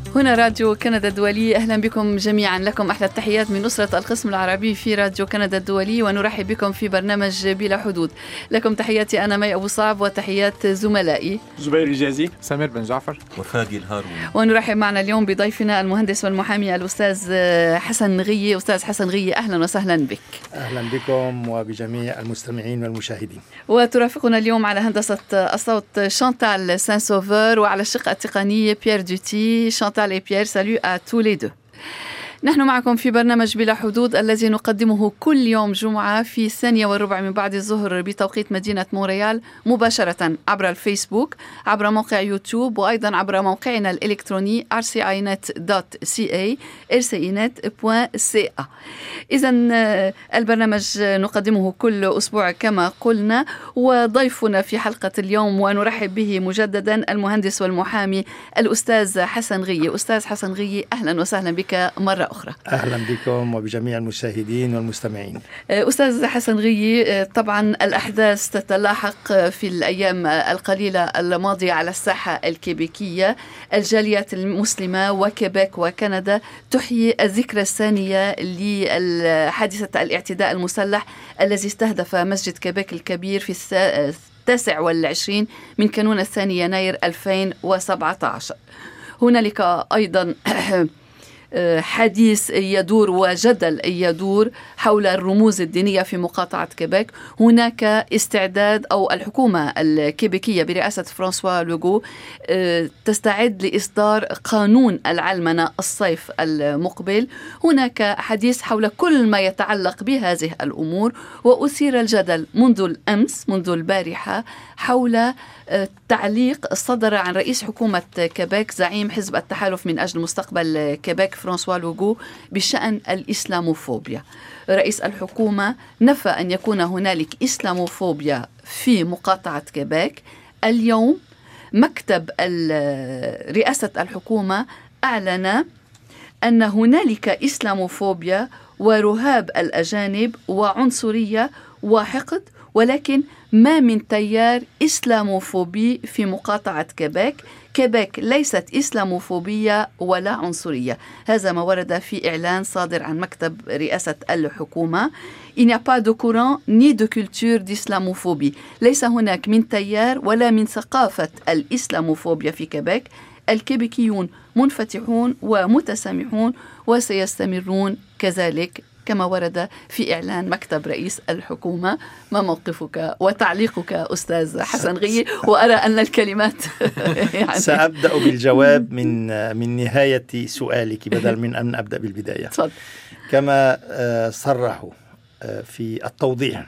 هنا راديو كندا الدولي، أهلا بكم جميعا. لكم أحلى التحيات من أسرة القسم العربي في راديو كندا الدولي، ونرحب بكم في برنامج بلا حدود. لكم تحياتي أنا مي أبو صعب، وتحيات زملائي زبير الجازي، سمير بن جعفر، وفاقي الهارون. ونرحب معنا اليوم بضيفنا المهندس والمحامي الأستاذ حسن غية. أستاذ حسن غية، أهلا وسهلا بك. أهلا بكم وبجميع المستمعين والمشاهدين. وترافقنا اليوم على هندسة الصوت شانتال سان سوفور، وعلى الشق التقني بيير دوتي. شانتال et Pierre, salut à tous les deux. نحن معكم في برنامج بلا حدود الذي نقدمه كل يوم جمعة في 1:15 من بعد الظهر بتوقيت مدينة مونريال، مباشرة عبر الفيسبوك، عبر موقع يوتيوب، وأيضا عبر موقعنا الإلكتروني rcinet.ca rcinet.ca. إذن البرنامج نقدمه كل أسبوع كما قلنا، وضيفنا في حلقة اليوم ونرحب به مجددا المهندس والمحامي الأستاذ حسن غية. أستاذ حسن غية، أهلا وسهلا بك مرة أخرى. أهلا بكم وبجميع المشاهدين والمستمعين. أستاذ حسن غية، طبعا الأحداث تتلاحق في الأيام القليلة الماضية على الساحة الكيبيكية. الجاليات المسلمة وكيبيك وكندا تحيي الذكرى الثانية لحادثة الاعتداء المسلح الذي استهدف مسجد كيبيك الكبير في 29 من كانون الثاني يناير 2017. هنالك أيضا حديث يدور وجدل يدور حول الرموز الدينية في مقاطعة كيبيك. هناك استعداد، أو الحكومة الكيبيكية برئاسة فرانسوا لوغو تستعد لإصدار قانون العلمنة الصيف المقبل. هناك حديث حول كل ما يتعلق بهذه الأمور، وأثير الجدل منذ الأمس، منذ البارحة، حول تعليق صدر عن رئيس حكومة كيبيك زعيم حزب التحالف من أجل مستقبل كيبيك فرانسوا لوغو بشأن الإسلاموفوبيا. رئيس الحكومة نفى أن يكون هنالك إسلاموفوبيا في مقاطعة كيبيك. اليوم مكتب رئاسة الحكومة أعلن أن هنالك إسلاموفوبيا ورهاب الأجانب وعنصرية وحقد، ولكن ما من تيار إسلاموفوبي في مقاطعة كيبيك. كيبيك ليست إسلاموفوبية ولا عنصرية. هذا ما ورد في إعلان صادر عن مكتب رئاسة الحكومة. Il n'y a pas de courant ni de culture d'islamophobie. ليس هناك من تيار ولا من ثقافة الإسلاموفوبيا في كيبيك. الكيبيكيون منفتحون ومتسامحون وسيستمرون كذلك، كما ورد في إعلان مكتب رئيس الحكومة. ما موقفك وتعليقك أستاذ حسن غية؟ وأرى أن الكلمات يعني سأبدأ بالجواب من نهاية سؤالك بدل من أن أبدأ بالبداية. تفضل. كما صرحوا في التوضيح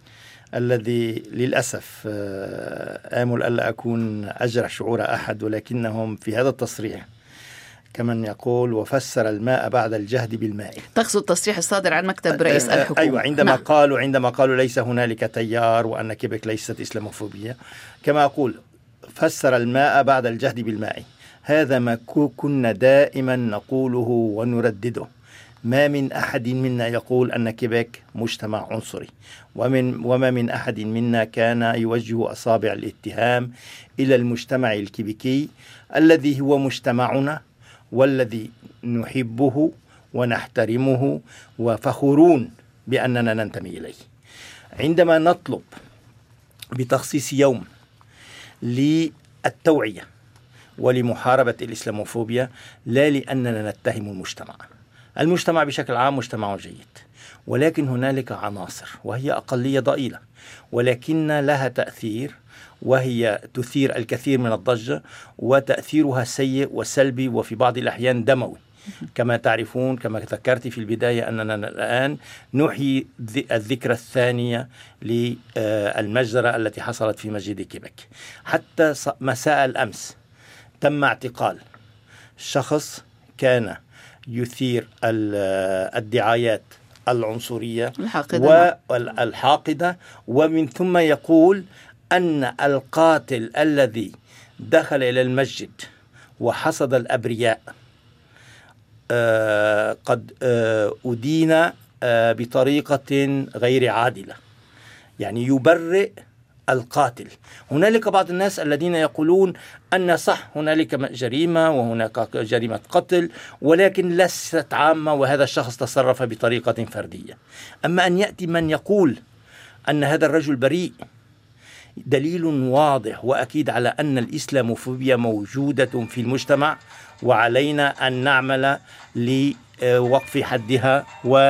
الذي للأسف آمل ألا أكون أجرح شعور أحد، ولكنهم في هذا التصريح كمن يقول وفسر الماء بعد الجهد بالماء. تقصد التصريح الصادر عن مكتب رئيس الحكومة. أيوة، عندما قالوا ليس هنالك تيار وأن كيبيك ليست إسلاموفوبية، كما أقول فسر الماء بعد الجهد بالماء. هذا ما كنا دائما نقوله ونردده. ما من أحد منا يقول أن كيبيك مجتمع عنصري، وما من أحد منا كان يوجه أصابع الاتهام إلى المجتمع الكيبيكي الذي هو مجتمعنا والذي نحبه ونحترمه وفخورون بأننا ننتمي إليه. عندما نطلب بتخصيص يوم للتوعية ولمحاربة الإسلاموفوبيا، لا لأننا نتهم المجتمع بشكل عام مجتمع جيد، ولكن هنالك عناصر وهي أقلية ضئيلة ولكن لها تأثير، وهي تثير الكثير من الضجة، وتأثيرها سيء وسلبي وفي بعض الأحيان دموي. كما تعرفون، كما ذكرت في البداية، أننا الآن نحيي الذكرى الثانية للمجزرة التي حصلت في مسجد كيبيك. حتى مساء الأمس تم اعتقال شخص كان يثير الدعايات العنصرية والحاقدة، ومن ثم يقول أن القاتل الذي دخل إلى المسجد وحصد الأبرياء قد أدين بطريقة غير عادلة. يعني يبرئ القاتل. هنالك بعض الناس الذين يقولون أن صح هنالك جريمة وهناك جريمة قتل، ولكن ليست عامة وهذا الشخص تصرف بطريقة فردية. أما أن يأتي من يقول أن هذا الرجل بريء، دليل واضح وأكيد على أن الإسلاموفوبيا موجودة في المجتمع، وعلينا أن نعمل لوقف حدها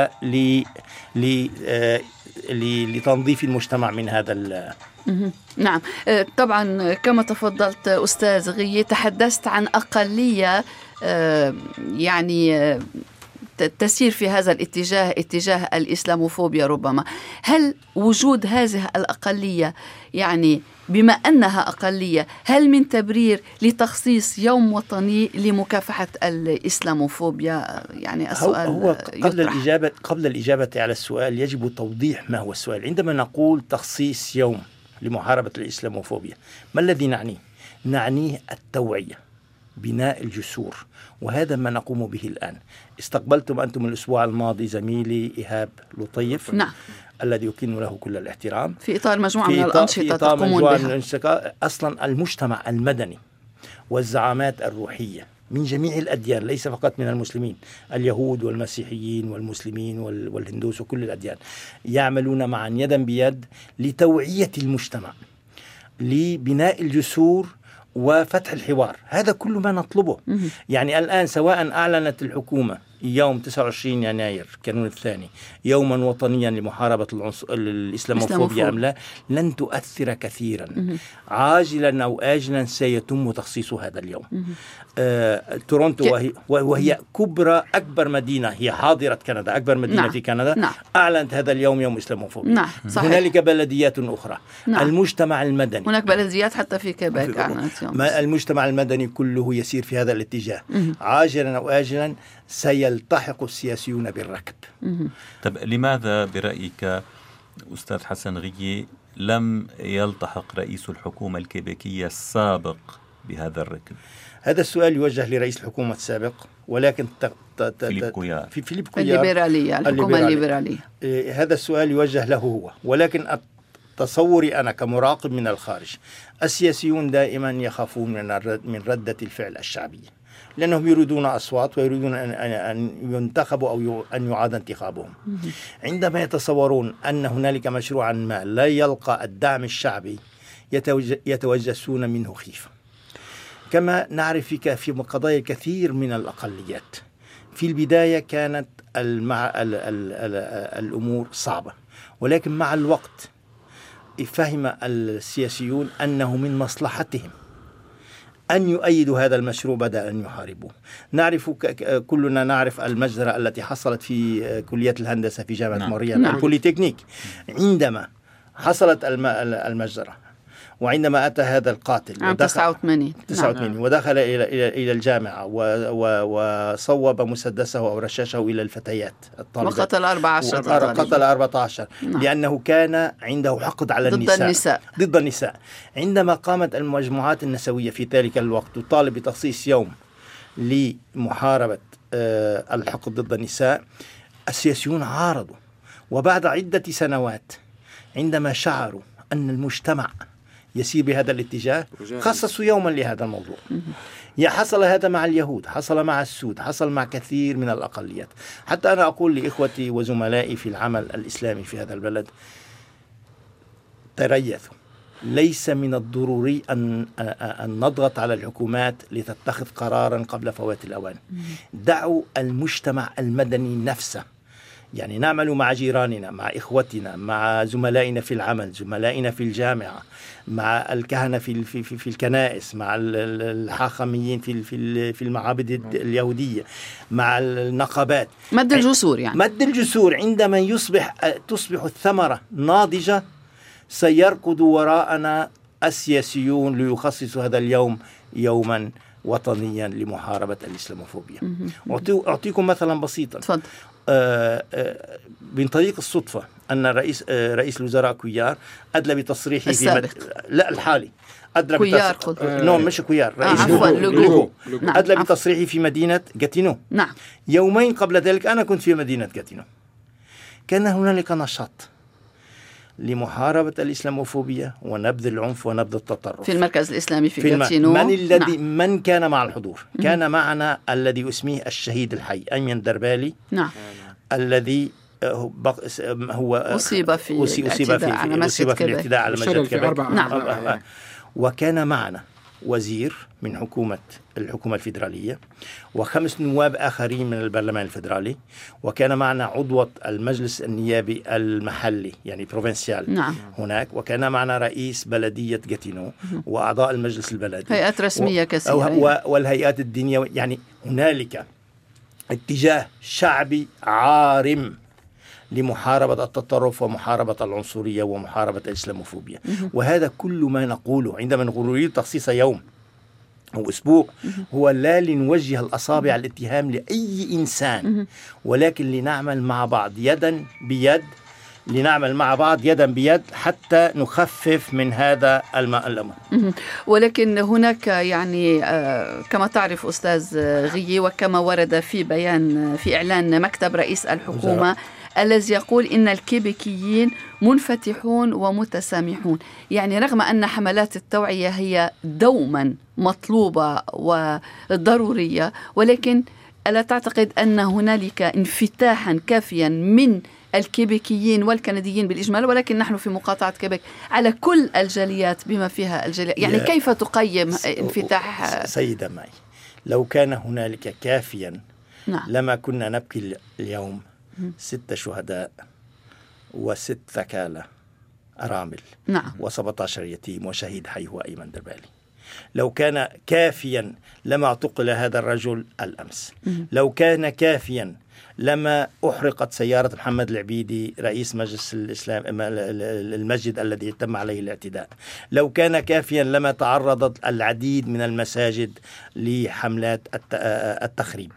لتنظيف المجتمع من هذا نعم. طبعا كما تفضلت أستاذ غي، تحدثت عن أقلية يعني تسير في هذا الاتجاه، اتجاه الإسلاموفوبيا ربما. هل وجود هذه الأقلية، يعني بما أنها أقلية، هل من تبرير لتخصيص يوم وطني لمكافحة الإسلاموفوبيا؟ يعني السؤال هو قبل الإجابة على السؤال يجب توضيح ما هو السؤال. عندما نقول تخصيص يوم لمحاربة الإسلاموفوبيا، ما الذي نعنيه؟ نعنيه التوعية، بناء الجسور، وهذا ما نقوم به الآن. استقبلتم أنتم الأسبوع الماضي زميلي إيهاب لطيف، نعم، الذي يكن له كل الاحترام، في إطار مجموعة من الأنشطة تقومون بها. أصلا المجتمع المدني والزعامات الروحية من جميع الأديان، ليس فقط من المسلمين، اليهود والمسيحيين والمسلمين والهندوس وكل الأديان، يعملون معا يدا بيد لتوعية المجتمع، لبناء الجسور وفتح الحوار. هذا كل ما نطلبه. يعني الآن سواء أعلنت الحكومة يوم 29 يناير كانون الثاني يوما وطنيا لمحاربة الإسلاموفوبيا أم لا، لن تؤثر كثيرا. عاجلا أو آجلا سيتم تخصيص هذا اليوم. تورونتو وهي أكبر مدينة، هي حاضرة كندا، أكبر مدينة في كندا، أعلنت هذا اليوم يوم إسلاموفوبيا. هنالك بلديات أخرى. المجتمع المدني، هناك بلديات حتى في كيبيك المجتمع المدني كله يسير في هذا الاتجاه. عاجلا أو آجلا سيلتحق السياسيون بالركب. طب لماذا برأيك أستاذ حسن غي لم يلتحق رئيس الحكومة الكيبيكية السابق بهذا الركب؟ هذا السؤال يوجه لرئيس الحكومة السابق، ولكن فيليب كويار، الليبرالية، الحكومة الليبرالية. هذا السؤال يوجه له هو، ولكن تصوري أنا كمراقب من الخارج، السياسيون دائما يخافون من ردة الفعل الشعبية، لأنهم يريدون أصوات ويريدون أن ينتخبوا أو أن يعاد انتخابهم. عندما يتصورون أن هنالك مشروعا ما لا يلقى الدعم الشعبي يتوجسون منه خيفة. كما نعرف في قضايا كثير من الأقليات، في البداية كانت الأمور صعبة، ولكن مع الوقت فهم السياسيون أنه من مصلحتهم أن يؤيدوا هذا المشروع بدل أن يحاربوه. كلنا نعرف المجزرة التي حصلت في كلية الهندسة في جامعة موريال، البوليتكنيك، عندما حصلت المجزرة، وعندما أتى هذا القاتل عام 89 ودخل إلى الجامعة وصوب مسدسه أو رشاشه إلى الفتيات الطالبات وقتل 14 لأنه كان عنده حقد على ضد النساء. عندما قامت المجموعات النسوية في ذلك الوقت تطالب بتخصيص يوم لمحاربة الحقد ضد النساء، السياسيون عارضوا. وبعد عدة سنوات عندما شعروا أن المجتمع يسير بهذا الاتجاه خصصوا يوما لهذا الموضوع. حصل هذا مع اليهود، حصل مع السود، حصل مع كثير من الأقليات. حتى أنا أقول لإخوتي وزملائي في العمل الإسلامي في هذا البلد، تريثوا. ليس من الضروري أن نضغط على الحكومات لتتخذ قرارا قبل فوات الأوان. دعوا المجتمع المدني نفسه، يعني نعمل مع جيراننا، مع إخوتنا، مع زملائنا في العمل، زملائنا في الجامعة، مع الكهنة في الكنائس، مع الحاخاميين في المعابد اليهودية، مع النقابات. مد الجسور، يعني مد الجسور. عندما تصبح الثمرة ناضجة سيركض وراءنا السياسيون ليخصصوا هذا اليوم يوما وطنيا لمحاربة الإسلاموفوبيا. أعطيكم مثلا بسيطا. تفضل. من طريق الصدفة أن رئيس الوزراء كويار أدلى بتصريحه الحالي كويار مش كويار، رئيس لوغو أدلى بتصريحه في مدينة غاتينو. نعم. يومين قبل ذلك أنا كنت في مدينة غاتينو، كان هنالك نشاط. لمحاربة الإسلاموفوبيا ونبذ العنف ونبذ التطرف في المركز الإسلامي في غاتينو. من كان مع الحضور؟ كان معنا الذي اسمه الشهيد الحي أمين دربالي، نعم، الذي هو أصيب في الاعتداء على مسجد كيبيك. نعم. وكان معنا وزير من الحكومة الفيدرالية و5 نواب آخرين من البرلمان الفيدرالي، وكان معنا عضوة المجلس النيابي المحلي يعني بروفنسيال. نعم. هناك، وكان معنا رئيس بلدية غاتينو وأعضاء المجلس البلدي، هيئات رسمية كثيرة والهيئات الدينية. يعني هنالك اتجاه شعبي عارم لمحاربة التطرف ومحاربة العنصرية ومحاربة الإسلاموفوبيا. وهذا كل ما نقوله عندما نريد تخصيص يوم أو أسبوع، هو لا لنوجه الأصابع الاتهام لأي إنسان، ولكن لنعمل مع بعض يدا بيد حتى نخفف من هذا الأمر. ولكن هناك يعني كما تعرف أستاذ غيي، وكما ورد في بيان في إعلان مكتب رئيس الحكومة الذي يقول إن الكيبيكيين منفتحون ومتسامحون، يعني رغم أن حملات التوعية هي دوما مطلوبة وضرورية، ولكن ألا تعتقد أن هنالك انفتاحا كافيا من الكيبيكيين والكنديين بالإجمال، ولكن نحن في مقاطعة كيبيك على كل الجاليات بما فيها الجاليات، يعني كيف تقيم انفتاح؟ سيدة معي، لو كان هنالك كافيا لما كنا نبكي اليوم 6 شهداء و6 ثكالى أرامل و17 يتيم وشهيد حي هو أيمن دربالي. لو كان كافيا لما اعتقل هذا الرجل الأمس. لو كان كافيا لما أحرقت سيارة محمد العبيدي رئيس مجلس الإسلام المسجد الذي تم عليه الاعتداء. لو كان كافيا لما تعرضت العديد من المساجد لحملات التخريب.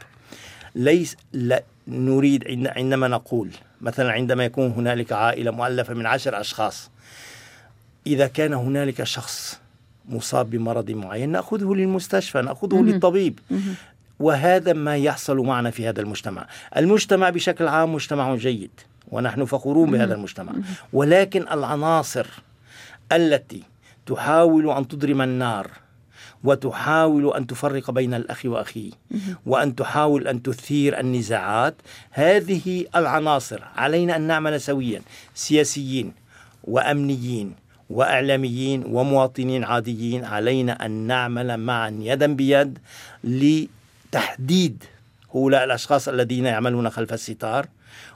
نريد عندما نقول مثلا عندما يكون هنالك عائلة مؤلفة من 10 أشخاص، إذا كان هنالك شخص مصاب بمرض معين نأخذه للمستشفى، نأخذه للطبيب. وهذا ما يحصل معنا في هذا المجتمع بشكل عام مجتمع جيد ونحن فخورون بهذا المجتمع، ولكن العناصر التي تحاول أن تضرم النار وتحاول أن تفرق بين الأخ وأخيه وأن تحاول أن تثير النزاعات، هذه العناصر علينا أن نعمل سويا، سياسيين وأمنيين وإعلاميين ومواطنين عاديين، علينا أن نعمل معا يدا بيد لتحديد هؤلاء الأشخاص الذين يعملون خلف الستار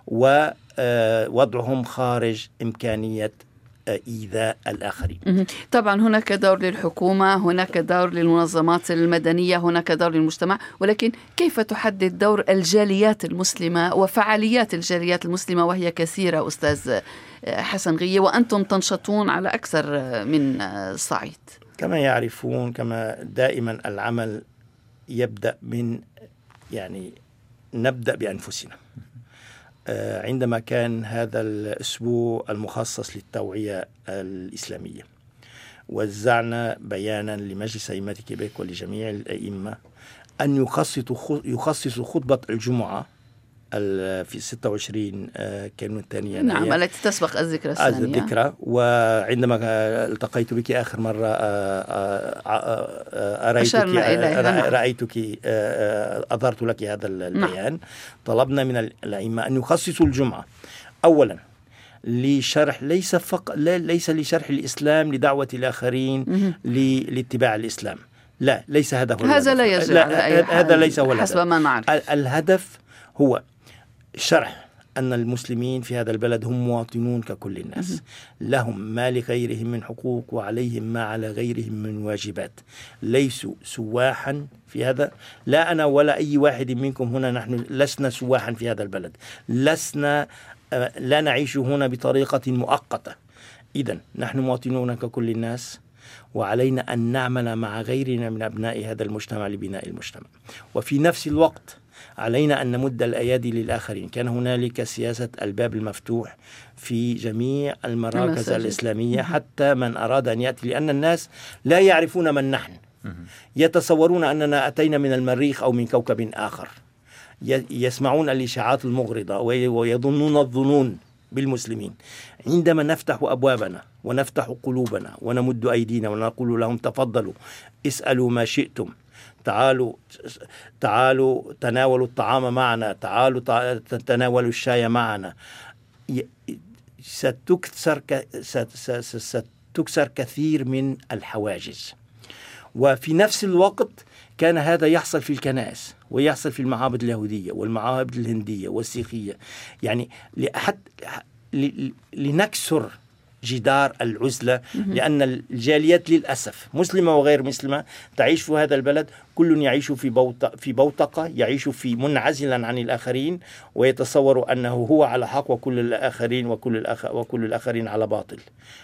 ووضعهم خارج إمكانية إيذاء الآخرين. طبعا هناك دور للحكومة، هناك دور للمنظمات المدنية، هناك دور للمجتمع، ولكن كيف تحدد دور الجاليات المسلمة وفعاليات الجاليات المسلمة وهي كثيرة أستاذ حسن غيي، وأنتم تنشطون على أكثر من صعيد؟ كما يعرفون، كما دائما العمل يبدأ من نبدأ بأنفسنا. عندما كان هذا الأسبوع المخصص للتوعية الإسلامية، وزعنا بيانا لمجلس أئمة كيبيك ولجميع الأئمة أن يخصصوا خطبة الجمعة في 26 كانون الثانية، نعم، التي تسبق الذكرى الثانية. وعندما التقيت بك آخر مرة رأيتك أظهرت لك هذا البيان. طلبنا من الأئمة أن يخصصوا الجمعة أولا لشرح ليس لشرح الإسلام لدعوة الآخرين لاتباع الإسلام، لا، ليس هذا هو هذا لا يجري على أي حال، هذا ليس هو حسب ما نعرف. الهدف هو شرح أن المسلمين في هذا البلد هم مواطنون ككل الناس، لهم ما لغيرهم من حقوق وعليهم ما على غيرهم من واجبات، ليسوا سواحا في هذا. لا أنا ولا أي واحد منكم هنا، نحن لسنا سواحا في هذا البلد، لا نعيش هنا بطريقة مؤقتة. إذن نحن مواطنون ككل الناس، وعلينا أن نعمل مع غيرنا من أبناء هذا المجتمع لبناء المجتمع، وفي نفس الوقت علينا أن نمد الأيادي للآخرين. كان هنالك سياسة الباب المفتوح في جميع المراكز الإسلامية حتى من أراد أن يأتي، لأن الناس لا يعرفون من نحن، يتصورون أننا أتينا من المريخ أو من كوكب آخر، يسمعون الإشاعات المغرضة ويظنون الظنون بالمسلمين. عندما نفتح أبوابنا ونفتح قلوبنا ونمد أيدينا ونقول لهم تفضلوا اسألوا ما شئتم، تعالوا تناولوا الطعام معنا، تعالوا تناولوا الشاي معنا، ستكسر كثير من الحواجز. وفي نفس الوقت كان هذا يحصل في الكنائس ويحصل في المعابد اليهودية والمعابد الهندية والسيخية، يعني لنكسر جدار العزلة، لأن الجاليات للأسف مسلمة وغير مسلمة تعيش في هذا البلد، كل يعيش في بوتقة، يعيش في منعزلا عن الآخرين، ويتصور أنه هو على حق وكل الآخرين وكل الآخرين على باطل.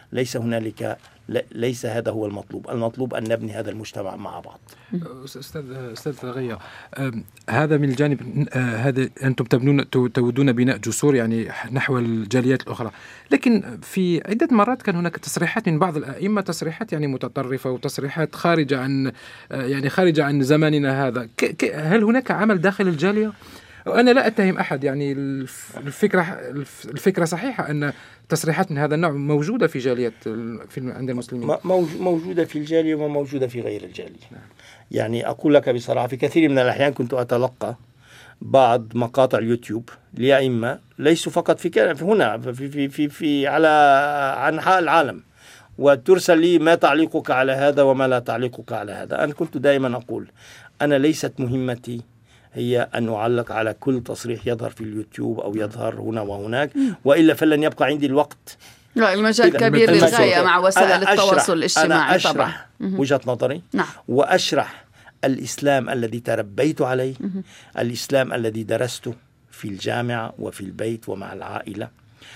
ليس هذا هو المطلوب. المطلوب أن نبني هذا المجتمع مع بعض. أستاذ غية، هذا من الجانب، هذا أنتم تودون بناء جسور يعني نحو الجاليات الأخرى، لكن في عدة مرات كان هناك تصريحات من بعض الأئمة، تصريحات يعني متطرفة وتصريحات خارجة عن زماننا هذا. هل هناك عمل داخل الجالية؟ وأنا لا أتهم أحد، يعني الفكرة صحيحة أن تصريحات من هذا النوع موجودة في جالية عند المسلمين، موجودة في الجالية وموجودة في غير الجالية. يعني أقول لك بصراحة، في كثير من الأحيان كنت أتلقى بعض مقاطع اليوتيوب لأئمة ليسوا فقط في هنا في على أنحاء العالم، وترسل لي ما تعليقك على هذا وما لا تعليقك على هذا. أنا كنت دائما أقول أنا ليست مهمتي هي أن أعلق على كل تصريح يظهر في اليوتيوب أو يظهر هنا وهناك، وإلا فلن يبقى عندي الوقت. لا، المجال كبير للغاية مع وسائل التواصل الاجتماعي. أنا أشرح وجهة نظري، وأشرح الإسلام الذي تربيت عليه، الإسلام الذي درسته في الجامعة وفي البيت ومع العائلة،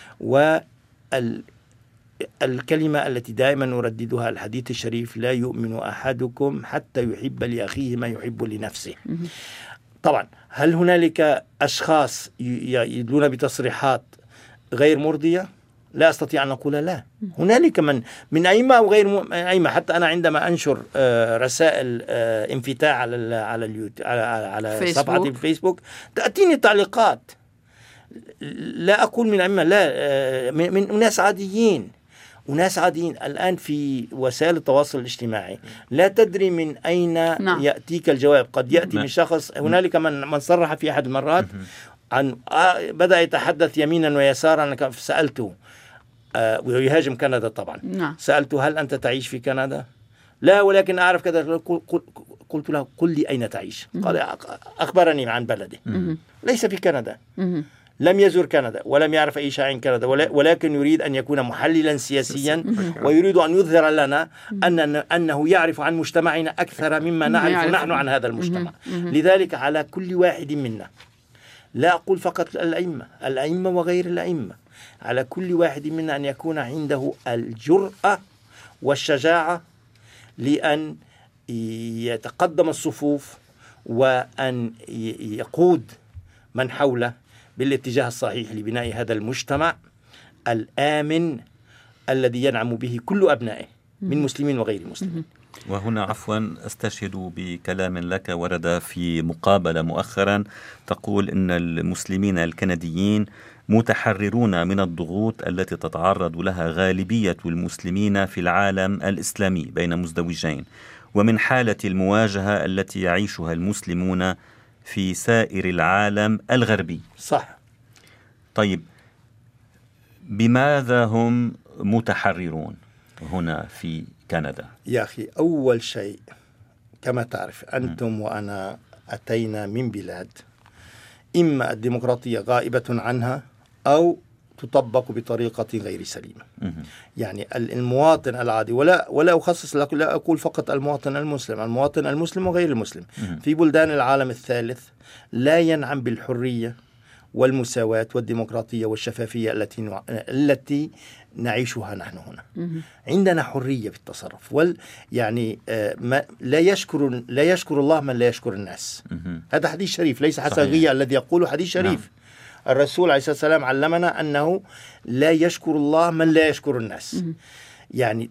والكلمة التي دائما نرددها، الحديث الشريف: لا يؤمن أحدكم حتى يحب لأخيه ما يحب لنفسه. طبعا هل هنالك أشخاص يدلون بتصريحات غير مرضية؟ لا أستطيع أن أقول لا. هنالك من أئمة أو غير أئمة. حتى أنا عندما أنشر رسائل انفتاح على صفحة الفيسبوك تأتيني تعليقات، لا أقول من أئمة، لا، من أناس عاديين. الآن في وسائل التواصل الاجتماعي لا تدري من أين يأتيك الجواب. قد يأتي من شخص، هنالك من صرح في أحد المرات عن بدأ يتحدث يمينا ويسارا. أنا سألته ويهاجم كندا طبعا. سألته: هل أنت تعيش في كندا؟ لا، ولكن أعرف كذا. قلت له: قل لي أين تعيش؟ قال: أخبرني عن بلده. ليس في كندا، لم يزور كندا ولم يعرف أي شيء عن كندا، ولكن يريد أن يكون محللا سياسيا، ويريد أن يظهر لنا أنه يعرف عن مجتمعنا أكثر مما نعرف نحن عن هذا المجتمع. لذلك على كل واحد منا، لا أقول فقط الأئمة وغير الأئمة، على كل واحد منا أن يكون عنده الجرأة والشجاعة لأن يتقدم الصفوف وأن يقود من حوله بالاتجاه الصحيح لبناء هذا المجتمع الآمن الذي ينعم به كل أبنائه من مسلمين وغير مسلمين. وهنا عفوا أستشهد بكلام لك ورد في مقابلة مؤخرا، تقول إن المسلمين الكنديين متحررون من الضغوط التي تتعرض لها غالبية المسلمين في العالم الإسلامي بين مزدوجين، ومن حالة المواجهة التي يعيشها المسلمون في سائر العالم الغربي. صح. طيب، بماذا هم متحررون هنا في كندا؟ يا أخي، أول شيء كما تعرف أنتم وأنا أتينا من بلاد إما الديمقراطية غائبة عنها أو تطبق بطريقة غير سليمة. يعني المواطن العادي، ولا أخصص لك، لا أقول فقط المواطن المسلم وغير المسلم، في بلدان العالم الثالث لا ينعم بالحرية والمساواة والديمقراطية والشفافية التي نعيشها نحن هنا. عندنا حرية في التصرف، يعني لا يشكر الله من لا يشكر الناس. هذا حديث شريف، ليس حسن غية الذي يقوله، حديث شريف. الرسول عليه الصلاة والسلام علمنا أنه لا يشكر الله من لا يشكر الناس. يعني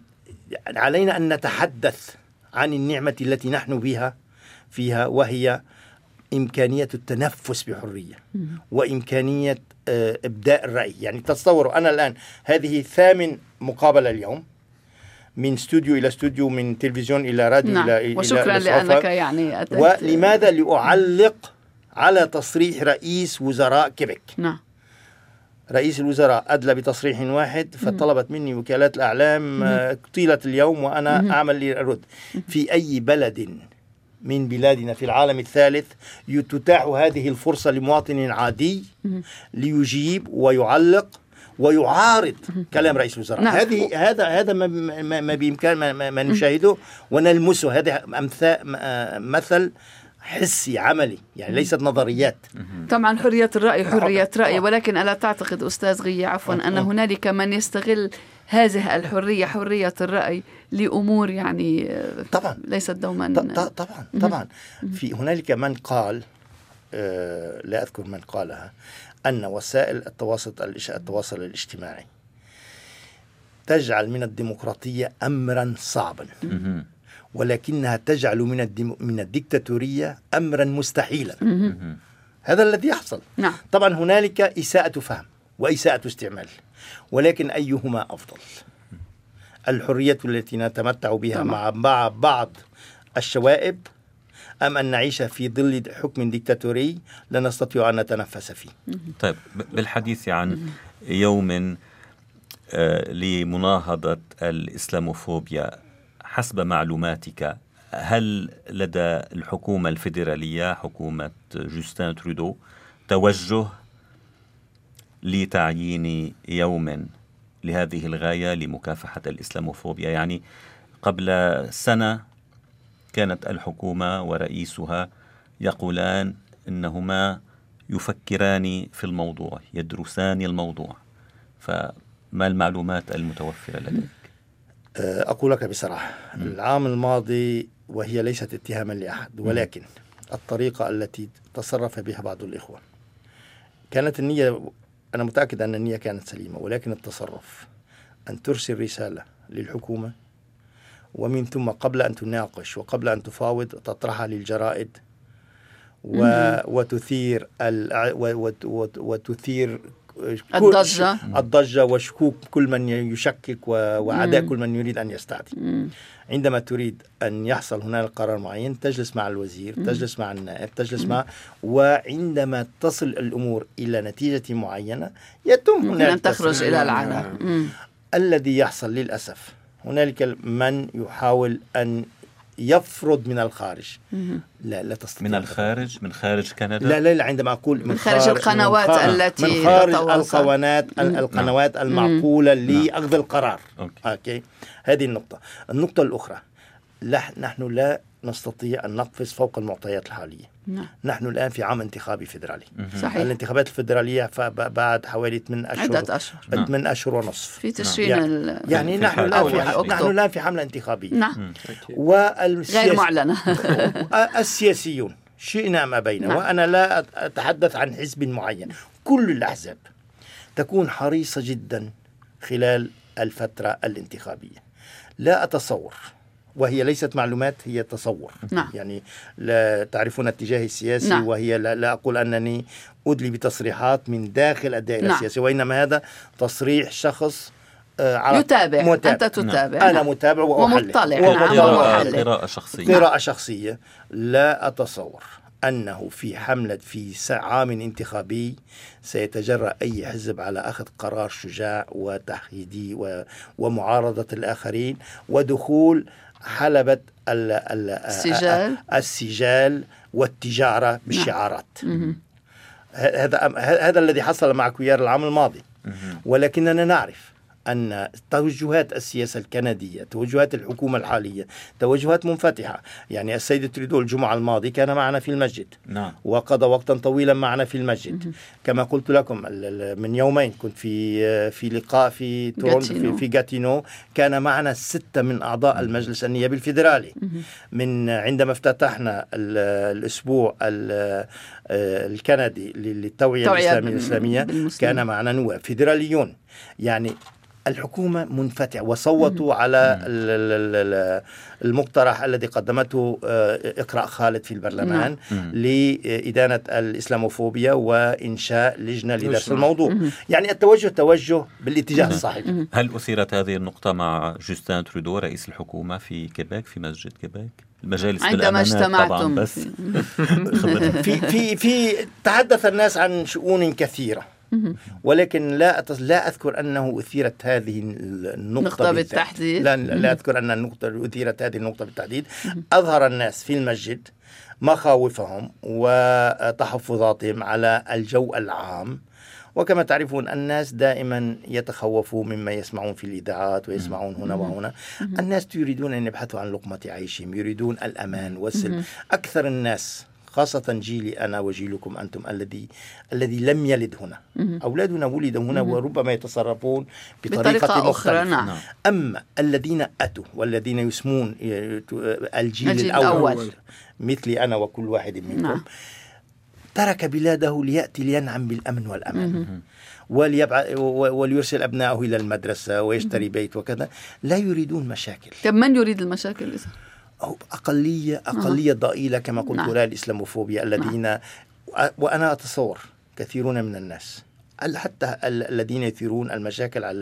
علينا أن نتحدث عن النعمة التي نحن فيها، وهي إمكانية التنفس بحرية وإمكانية إبداء الرأي. يعني تصوروا أنا الآن هذه 8 مقابلة اليوم، من استوديو إلى استوديو، من تلفزيون إلى راديو. نعم. إلى وشكرا لأنك يعني أتيت. ولماذا لأعلق على تصريح رئيس وزراء كيبيك؟ نعم. رئيس الوزراء أدلى بتصريح واحد، فطلبت مني وكالات الأعلام طيلة اليوم وأنا أعمل لي الرد. في أي بلد من بلادنا في العالم الثالث تتاح هذه الفرصة لمواطن عادي ليجيب ويعلق ويعارض كلام رئيس الوزراء؟ نعم. هذا ما بإمكان ما نشاهده ونلمسه. هذا مثل حسي عملي، يعني ليست نظريات. طبعا حرية الرأي حرية رأي، ولكن ألا تعتقد أستاذ غية أن هنالك من يستغل هذه الحرية، حرية الرأي، لأمور يعني طبعا ليست دوما طبعا في هنالك من قال، لا أذكر من قالها، أن وسائل التواصل الاجتماعي تجعل من الديمقراطية أمرا صعبا، ولكنها تجعل من الديكتاتورية أمرا مستحيلا. هذا الذي يحصل. نعم. طبعا هنالك إساءة فهم وإساءة استعمال، ولكن أيهما أفضل؟ الحرية التي نتمتع بها مع بعض الشوائب، أم أن نعيش في ظل حكم ديكتاتوري لا نستطيع أن نتنفس فيه؟ طيب، بالحديث عن يوم لمناهضة الإسلاموفوبيا، حسب معلوماتك هل لدى الحكومة الفيدرالية، حكومة جوستين ترودو، توجه لتعيين يوم لهذه الغاية لمكافحة الإسلاموفوبيا؟ يعني قبل سنة كانت الحكومة ورئيسها يقولان إنهما يفكران في الموضوع، يدرسان الموضوع، فما المعلومات المتوفرة لديك؟ أقول لك بصراحة، العام الماضي، وهي ليست اتهاما لأحد، ولكن الطريقة التي تصرف بها بعض الإخوة كانت النية، أنا متأكد أن النية كانت سليمة، ولكن التصرف أن ترسل رسالة للحكومة ومن ثم قبل أن تناقش وقبل أن تفاوض تطرحها للجرائد وتثير الضجة وشكوك كل من يشكك وعداء كل من يريد أن يستعدي. عندما تريد أن يحصل هناك قرار معين تجلس مع الوزير، تجلس مع النائب، تجلس مع، وعندما تصل الأمور إلى نتيجة معينة يتم هناك أن تخرج إلى العالم. الذي يحصل للأسف هنالك من يحاول أن يفرض من الخارج. لا تستطيع. من الخارج، من خارج كندا؟ لا عندما أقول من خارج القنوات التي من خارج القنوات المعقولة لأخذ القرار. أوكي. هذه النقطة الأخرى، نحن لا نستطيع أن نقفز فوق المعطيات الحالية. نحن الآن في عام انتخابي فيدرالي. صحيح. الانتخابات الفيدرالية بعد حوالي 8 أشهر ونصف في تشرين يعني نحن الآن في حملة انتخابية. نعم. غير معلنة. السياسيون شئنا ما بينا، وأنا لا أتحدث عن حزب معين، كل الأحزاب تكون حريصة جدا خلال الفترة الانتخابية. لا أتصور، وهي ليست معلومات، هي تصور. يعني لا تعرفون اتجاهي السياسي. وهي لا أقول أنني أدلي بتصريحات من داخل الدائرة السياسية، وإنما هذا تصريح شخص يتابع. أنت تتابع. أنا متابع ومطلع. قراءة شخصية. لا أتصور أنه في عام انتخابي سيتجرأ أي حزب على أخذ قرار شجاع وتحييدي ومعارضة الآخرين ودخول حلبة السجال والتجارة بالشعارات. هذا الذي حصل مع كويار العام الماضي. ولكننا نعرف أن توجهات السياسة الكندية، توجهات الحكومة الحالية توجهات منفتحة. يعني السيد تريدو الجمعة الماضي كان معنا في المسجد. وقضى وقتا طويلا معنا في المسجد. كما قلت لكم من يومين كنت في لقاء في تورونتو في غاتينو، كان معنا 6 من أعضاء المجلس النيابي الفيدرالي. من عندما افتتحنا الأسبوع الكندي للتوعية الإسلامية كان معنا نواب فيدراليون. يعني الحكومة منفتحة، وصوتوا على المقترح الذي قدمته إقراء خالد في البرلمان لإدانة الإسلاموفوبيا وإنشاء لجنة لدرس الموضوع. يعني التوجه توجه بالاتجاه الصحيح. هل أثيرت هذه النقطة مع جوستين ترودو رئيس الحكومة في كيبيك، في مسجد كيبيك؟ المجالس عندما اجتمعتم بس في تحدث الناس عن شؤون كثيرة، ولكن لا أذكر أنه أثيرت هذه النقطة بالتحديد. لا أذكر أن النقطة أثيرت هذه النقطة بالتحديد. أظهر الناس في المسجد مخاوفهم وتحفظاتهم على الجو العام، وكما تعرفون الناس دائما يتخوفوا مما يسمعون في الإذاعات ويسمعون هنا وهنا. الناس يريدون أن يبحثوا عن لقمة عيشهم، يريدون الأمان والسلم. أكثر الناس خاصة جيلي أنا وجيلكم أنتم الذي لم يلد هنا، أولادنا ولدوا هنا وربما يتصرفون بطريقة أخرى. نعم. أما الذين أتوا والذين يسمون الجيل الأول مثلي أنا وكل واحد منكم، نعم. ترك بلاده ليأتي لينعم بالأمن والأمان وليرسل أبنائه إلى المدرسة ويشتري بيت وكذا. لا يريدون مشاكل. طب من يريد المشاكل إذا؟ أقلية ضئيلة كما قلت لها الإسلاموفوبيا الذين وأنا أتصور كثيرون من الناس حتى الذين يثيرون المشاكل على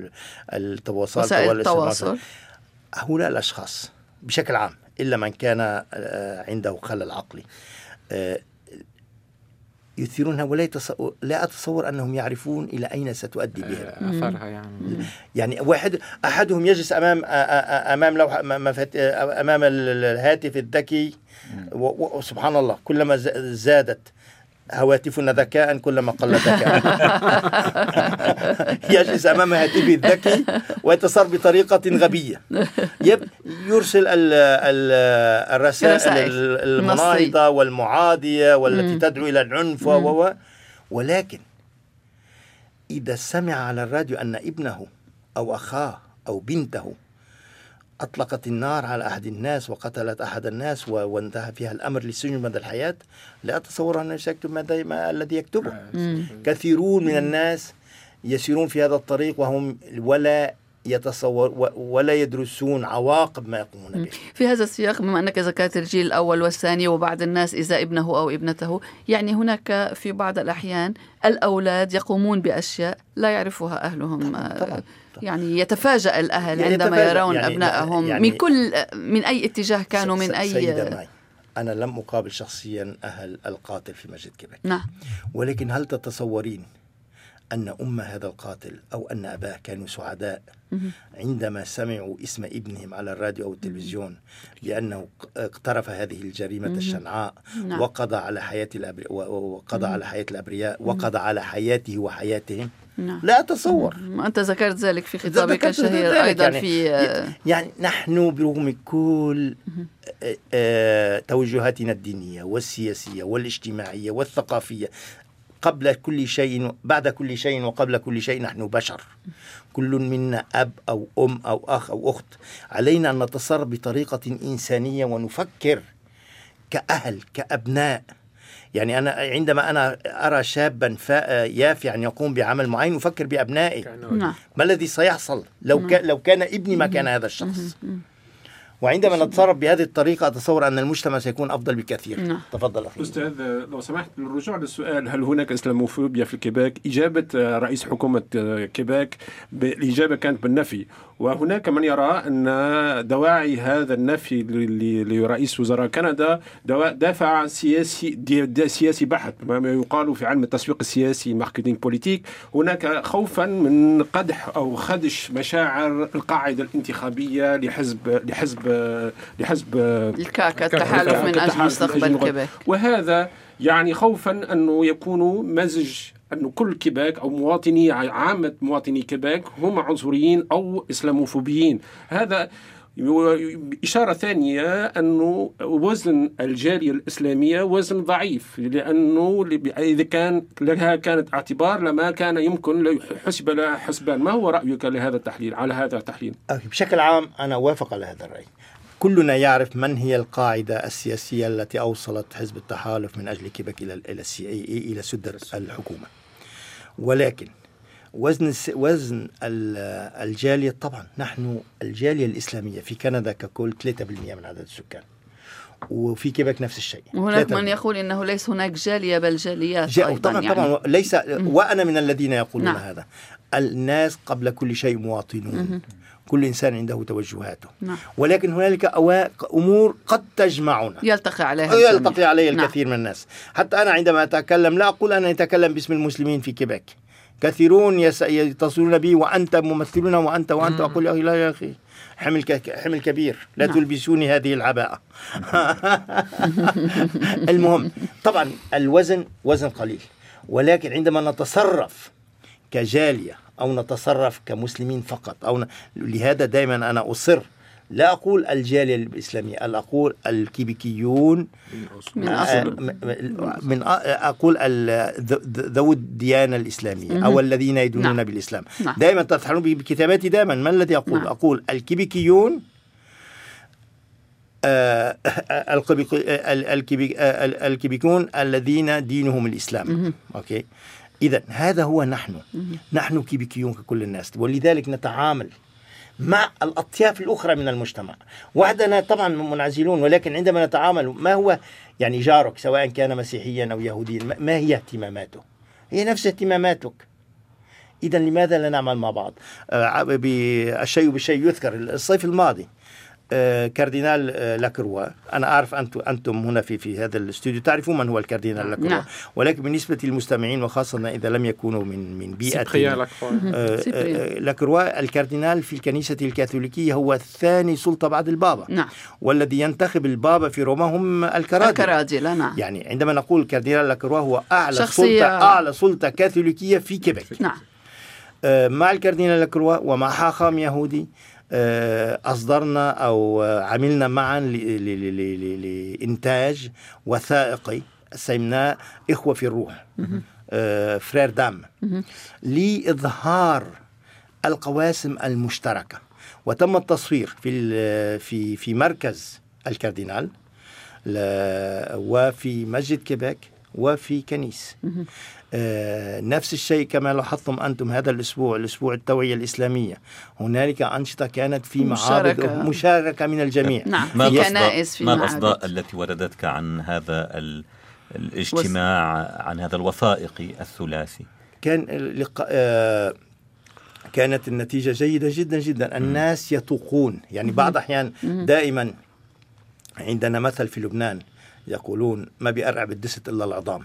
التواصل، هؤلاء الأشخاص بشكل عام إلا من كان عنده خلل عقلي يثيرونها، ولا لا أتصور أنهم يعرفون إلى أين ستؤدي بها. يعني أحدهم يجلس أمام لوحة أمام الهاتف الذكي، وسبحان الله كلما زادت هواتفنا ذكاء كلما قل ذكاء. يجلس أمام هاتفه الذكي ويتصرف بطريقة غبية، يرسل الرسائل المناهضة والمعادية والتي تدعو إلى العنف ولكن إذا سمع على الراديو أن ابنه أو أخاه أو بنته أطلقت النار على أحد الناس وقتلت أحد الناس وانتهى فيها الأمر للسجن مدى الحياة، لا أتصور أنه سيكتب ما الذي يكتبه. كثيرون من الناس يسيرون في هذا الطريق وهم ولا يدرسون عواقب ما يقومون به. في هذا السياق، بما أنك ذكرت الجيل الأول والثاني وبعض الناس إذا ابنه أو ابنته، يعني هناك في بعض الأحيان الأولاد يقومون بأشياء لا يعرفها أهلهم. طبعا. يعني يتفاجأ الأهل عندما يرون أبنائهم من أي اتجاه كانوا من أي. سيدة ماي، أنا لم أقابل شخصيا أهل القاتل في مسجد كيبيك. نعم. ولكن هل تتصورين أن أم هذا القاتل أو أن أباه كانوا سعداء عندما سمعوا اسم ابنهم على الراديو أو التلفزيون لأنه اقترف هذه الجريمة الشنعاء وقضى على حياة الأبرياء وقضى على حياته وحياتهم؟ لا أتصور. أنت ذكرت ذلك في خطابك الشهير أيضا. يعني نحن برغم كل توجهاتنا الدينية والسياسية والاجتماعية والثقافية، قبل كل شيء بعد كل شيء وقبل كل شيء نحن بشر، كل منا أب أو أم أو أخ أو أخت. علينا أن نتصرف بطريقة إنسانية ونفكر كأهل كأبناء. يعني أنا عندما أرى شابا يافعا يقوم بعمل معين أفكر بأبنائي. ما الذي سيحصل لو كان ابني ما كان هذا الشخص. وعندما نتصرف بهذه الطريقة أتصور أن المجتمع سيكون أفضل بكثير. تفضل أخي أستاذ، لو سمحت للرجوع للسؤال، هل هناك إسلاموفوبيا في كيبيك؟ إجابة رئيس حكومة كيبيك الإجابة كانت بالنفي، وهناك من يرى أن دواعي هذا النفي لرئيس وزراء كندا دافع سياسي بحت، ما يقال في علم التسويق السياسي ماركتينج بوليتيك. هناك خوفا من قدح أو خدش مشاعر القاعدة الانتخابية لحزب الكاكا، التحالف من أجل مستقبل كيبيك، وهذا يعني خوفا أنه يكون مزج أن كل كيبيك أو عامة مواطني كيبيك هم عنصريين أو إسلاموفوبيين. هذا إشارة ثانية أنه وزن الجالية الإسلامية وزن ضعيف، لأنه إذا كانت اعتبار لما كان يمكن حسب لها حسبان. ما هو رأيك على هذا التحليل؟ بشكل عام أنا أوافق على هذا الرأي. كلنا يعرف من هي القاعدة السياسية التي أوصلت حزب التحالف من أجل كيبيك إلى سد الحكومة. ولكن وزن الجالية. طبعا نحن الجالية الإسلامية في كندا ككل 3% من عدد السكان، وفي كيبك نفس الشيء. وهناك من يقول إنه ليس هناك جالية بل جاليات أيضا. طبعا يعني. طبعا ليس وأنا من الذين يقولون هذا. الناس قبل كل شيء مواطنون. كل إنسان عنده توجهاته. ولكن هنالك أمور قد تجمعنا يلتقي عليها الكثير من الناس. حتى أنا عندما أتكلم لا أقول أنا أتكلم باسم المسلمين في كيبك. كثيرون يتصلون بي وأنت ممثلون وأنت أقول لا يا أخي حمل كبير لا تلبسوني هذه العباءة. المهم طبعا الوزن وزن قليل، ولكن عندما نتصرف كجالية أو نتصرف كمسلمين فقط لهذا دائما أنا أصر لا أقول الجالية الإسلامية، أقول الكيبيكيون أقول ذوي الديانة الإسلامية أو الذين يدينون بالإسلام. دائما تفعلون بكتاباتي دائما ما الذي أقول؟ أقول الكيبيكيون الكيبيكيون الذين دينهم الإسلام. أوكي، إذن هذا هو نحن كيبيكيون ككل الناس، ولذلك نتعامل مع الأطياف الأخرى من المجتمع وحدنا طبعا منعزلون، ولكن عندما نتعامل ما هو يعني جارك سواء كان مسيحيا أو يهوديا ما هي اهتماماته؟ هي نفس اهتماماتك. إذن لماذا لا نعمل مع بعض؟ الشيء بالشيء يذكر. الصيف الماضي كاردينال لاكروا، أنا أعرف أنتم هنا في هذا الاستوديو تعرفون من هو الكاردينال لاكروا، ولكن بالنسبة للمستمعين وخاصة إذا لم يكونوا من بيئة لاكروا، الكاردينال في الكنيسة الكاثوليكية هو ثاني سلطة بعد البابا. والذي ينتخب البابا في روما هم الكرادلة. يعني عندما نقول كاردينال لاكروا هو أعلى سلطة كاثوليكية في كيبك. مع الكاردينال لاكروا ومع حاخام يهودي أصدرنا أو عملنا معا لإنتاج وثائقي سميناه إخوة في الروح، فرير دام، لإظهار القواسم المشتركة. وتم التصوير في مركز الكاردينال وفي مسجد كيبك وفي كنيس. نفس الشيء كما لاحظتم أنتم هذا الأسبوع التوعية الإسلامية، هنالك أنشطة كانت في معابد مشاركة من الجميع. ما الأصداء التي وردتك عن هذا الاجتماع، عن هذا الوثائقي الثلاثي؟ كانت النتيجة جيدة جدا جدا. الناس يتوقون، يعني بعض أحيان دائما عندنا مثل في لبنان يقولون ما بيقرع بالدست إلا العظام.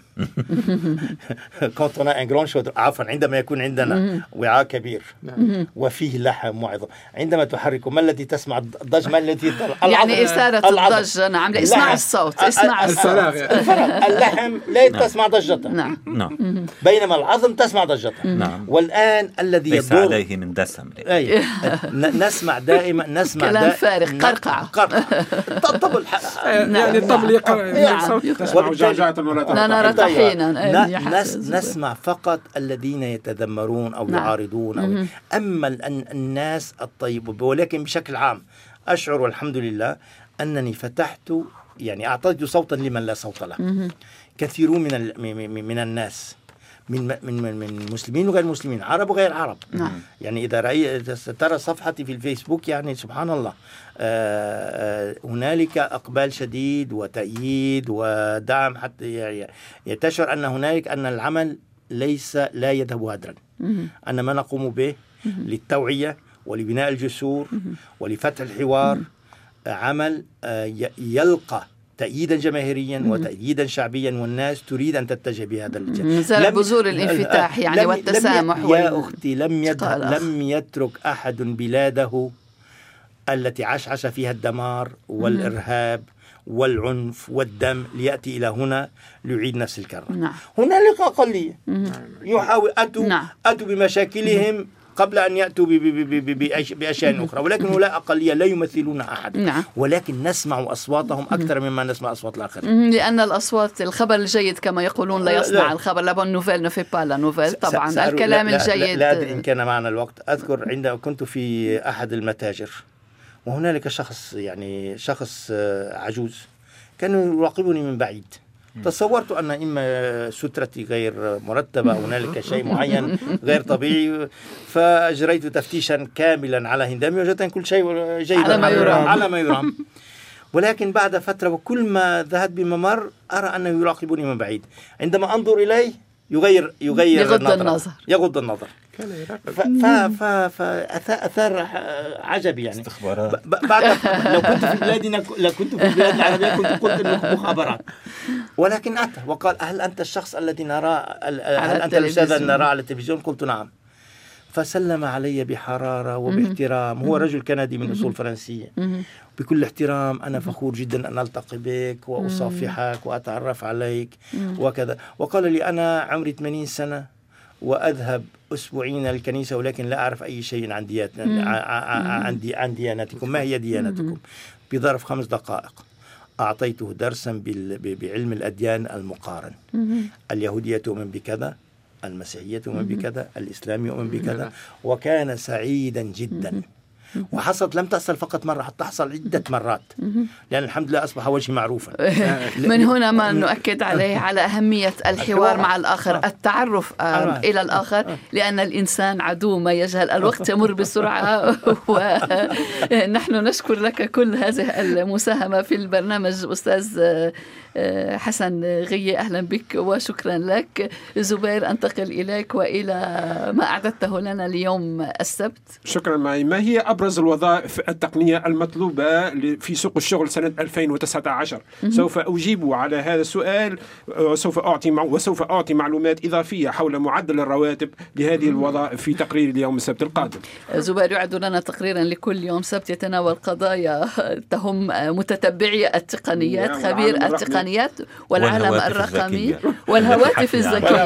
عندما يكون عندنا وعاء كبير وفيه لحم وعظام، عندما تحركه ما الذي تسمع الضج؟ ما الذي يعني إثارة الضج. نعم، اسمع الصوت، اسمع الصوت. اللحم لا تسمع ضجته، بينما العظم تسمع ضجته. والآن الذي ليس عليه من دسم. نسمع دائما كلام فارغ، قرقعة. طبل يعني الطبل يقرأ. لا نرى طحينا. نسمع فقط الذين يتذمرون أو يعارضون أما الناس الطيب. ولكن بشكل عام أشعر والحمد لله أنني فتحت، يعني أعطيت صوتا لمن لا صوت له. كثيرون من الناس من مسلمين وغير مسلمين، عرب وغير عرب. يعني إذا ترى صفحتي في الفيسبوك يعني سبحان الله هنالك أقبال شديد وتأييد ودعم، حتى يعني تشعر أن هنالك أن العمل لا يذهب هدرا، أن ما نقوم به للتوعية ولبناء الجسور ولفتح الحوار عمل يلقى تأييدا جماهيريا وتأييدا شعبيا، والناس تريد أن تتجه بهذا الاتجاه. زرع بذور الانفتاح يعني والتسامح. يا أختي لم يترك أحد بلاده التي عشعش فيها الدمار والإرهاب والعنف والدم ليأتي إلى هنا ليعيد نفس الكرة. هنالك أقلية يحاول أتوا بمشاكلهم قبل أن يأتوا بأشياء أخرى، ولكن هؤلاء أقلية لا يمثلون أحد. ولكن نسمع أصواتهم أكثر مما نسمع أصوات الآخرين، لأن الأصوات الخبر الجيد كما يقولون لا يصنع الخبر. لا نوفيل نفي با لا نوفيل. طبعا الكلام الجيد. لا أدري إن كان معنا الوقت. أذكر عندما كنت في أحد المتاجر وهنالك شخص عجوز كان يراقبني من بعيد تصورت أن إما سترتي غير مرتبة، هنالك شيء معين غير طبيعي، فأجريت تفتيشا كاملا على هندامي، وجدت كل شيء جيدا على ما يرام. ولكن بعد فترة وكل ما ذهبت بممر أرى أنه يراقبني من بعيد، عندما أنظر إليه يغض النظر. فأثار عجبي يعني. بعد لو كنت في بلادنا العربية كنت قلت إنه مخابرات، ولكن أتى وقال: هل أنت الشخص الذي نراه، هل أنت الأستاذ الذي نراه على التلفزيون؟ قلت: نعم. فسلم علي بحرارة وباحترام، هو رجل كندي من أصول فرنسية. بكل احترام: أنا فخور جدا أن ألتقي بك وأصافحك وأتعرف عليك وكذا. وقال لي: أنا عمري 80 سنة وأذهب أسبوعين الكنيسة، ولكن لا أعرف أي شيء عن ديانتكم. ما هي ديانتكم؟ بظرف 5 دقائق أعطيته درسا بعلم الأديان المقارن. اليهودية تؤمن بكذا، المسيحية تؤمن بكذا، الإسلام يؤمن بكذا. وكان سعيدا جدا. وحصلت لم تحصل فقط مرة، حتى تحصل عدة مرات، لأن الحمد لله أصبح وجهي معروفا. من هنا ما نؤكد عليه على أهمية الحوار مع الآخر، التعرف إلى الآخر، لأن الإنسان عدو ما يجهل. الوقت يمر بسرعة، ونحن نشكر لك كل هذه المساهمة في البرنامج أستاذ حسن غية. أهلا بك وشكرا لك. زبير، أنتقل إليك وإلى ما أعددته لنا اليوم السبت. شكرا معي. ما هي أبرز الوظائف التقنية المطلوبة في سوق الشغل سنة 2019؟ سوف أجيب على هذا السؤال، وسوف أعطي معلومات إضافية حول معدل الرواتب لهذه الوظائف في تقرير اليوم السبت القادم. زبير يعد لنا تقريرا لكل يوم سبت يتناول قضايا تهم متتبعي التقنيات، خبير التقنيات والعالم الرقمي والهواتف الذكية.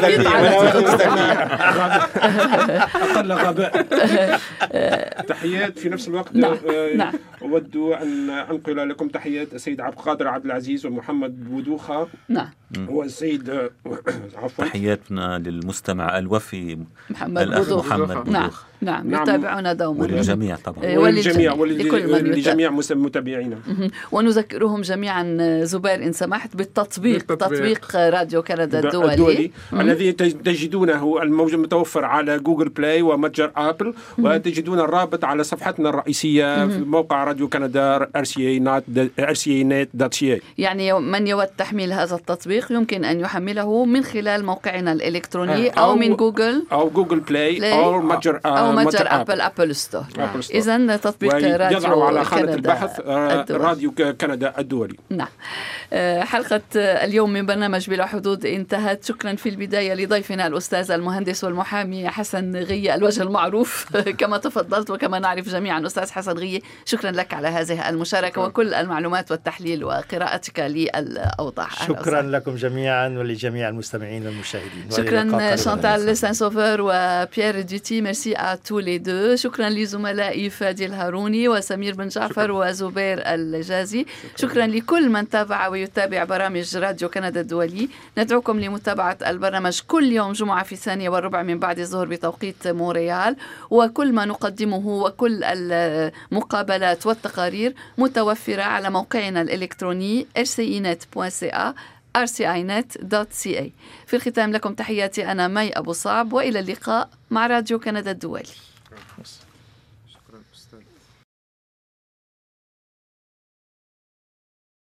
أقل غباء. تحيات في نفس الوقت. نعم. أود أن أنقل لكم تحيات السيد عبد القادر عبد العزيز ومحمد بودوخة. نعم. والسيد تحياتنا للمستمع الوفي محمد بودوخة. نعم. يتابعونا دوما. وللجميع طبعا. ولجميع متابعينا. ونذكرهم جميعا زبير إن سمحت تطبيق راديو كندا الدولي الذي تجدونه المتوفر على جوجل بلاي ومتجر آبل، وتجدون الرابط على صفحتنا الرئيسية في موقع راديو كندا rca.net.ca. يعني من يود تحميل هذا التطبيق يمكن أن يحمله من خلال موقعنا الإلكتروني أو من جوجل بلاي أو متجر أبل ستور. إذن تطبيق راديو يضع على خانة كندا البحث راديو كندا الدولي. نعم. حلقة اليوم من برنامج بلا حدود انتهت. شكرا في البداية لضيفنا الأستاذ المهندس والمحامي حسن غية، الوجه المعروف كما تفضلت وكما نعرف جميعا. أستاذ حسن غية، شكرا لك على هذه المشاركة وكل المعلومات والتحليل وقراءتك للأوضاع. شكرا لكم جميعا ولجميع المستمعين والمشاهدين. شكرا شانتال سانسوفر وبيير ديتي. ميرسي à tous les deux. شكرا لزملائي فادي الهاروني وسمير بن جعفر وزبير الجازي. شكرا لكل من تابع ويتابع برامج راديو كندا الدولي. ندعوكم لمتابعة البرنامج كل يوم جمعة في 1:15 من بعد الظهر بتوقيت مونريال، وكل ما نقدمه وكل المقابلات والتقارير متوفرة على موقعنا الإلكتروني rcinet.ca rcinet.ca. في الختام لكم تحياتي أنا مي أبو صعب، وإلى اللقاء مع راديو كندا الدولي.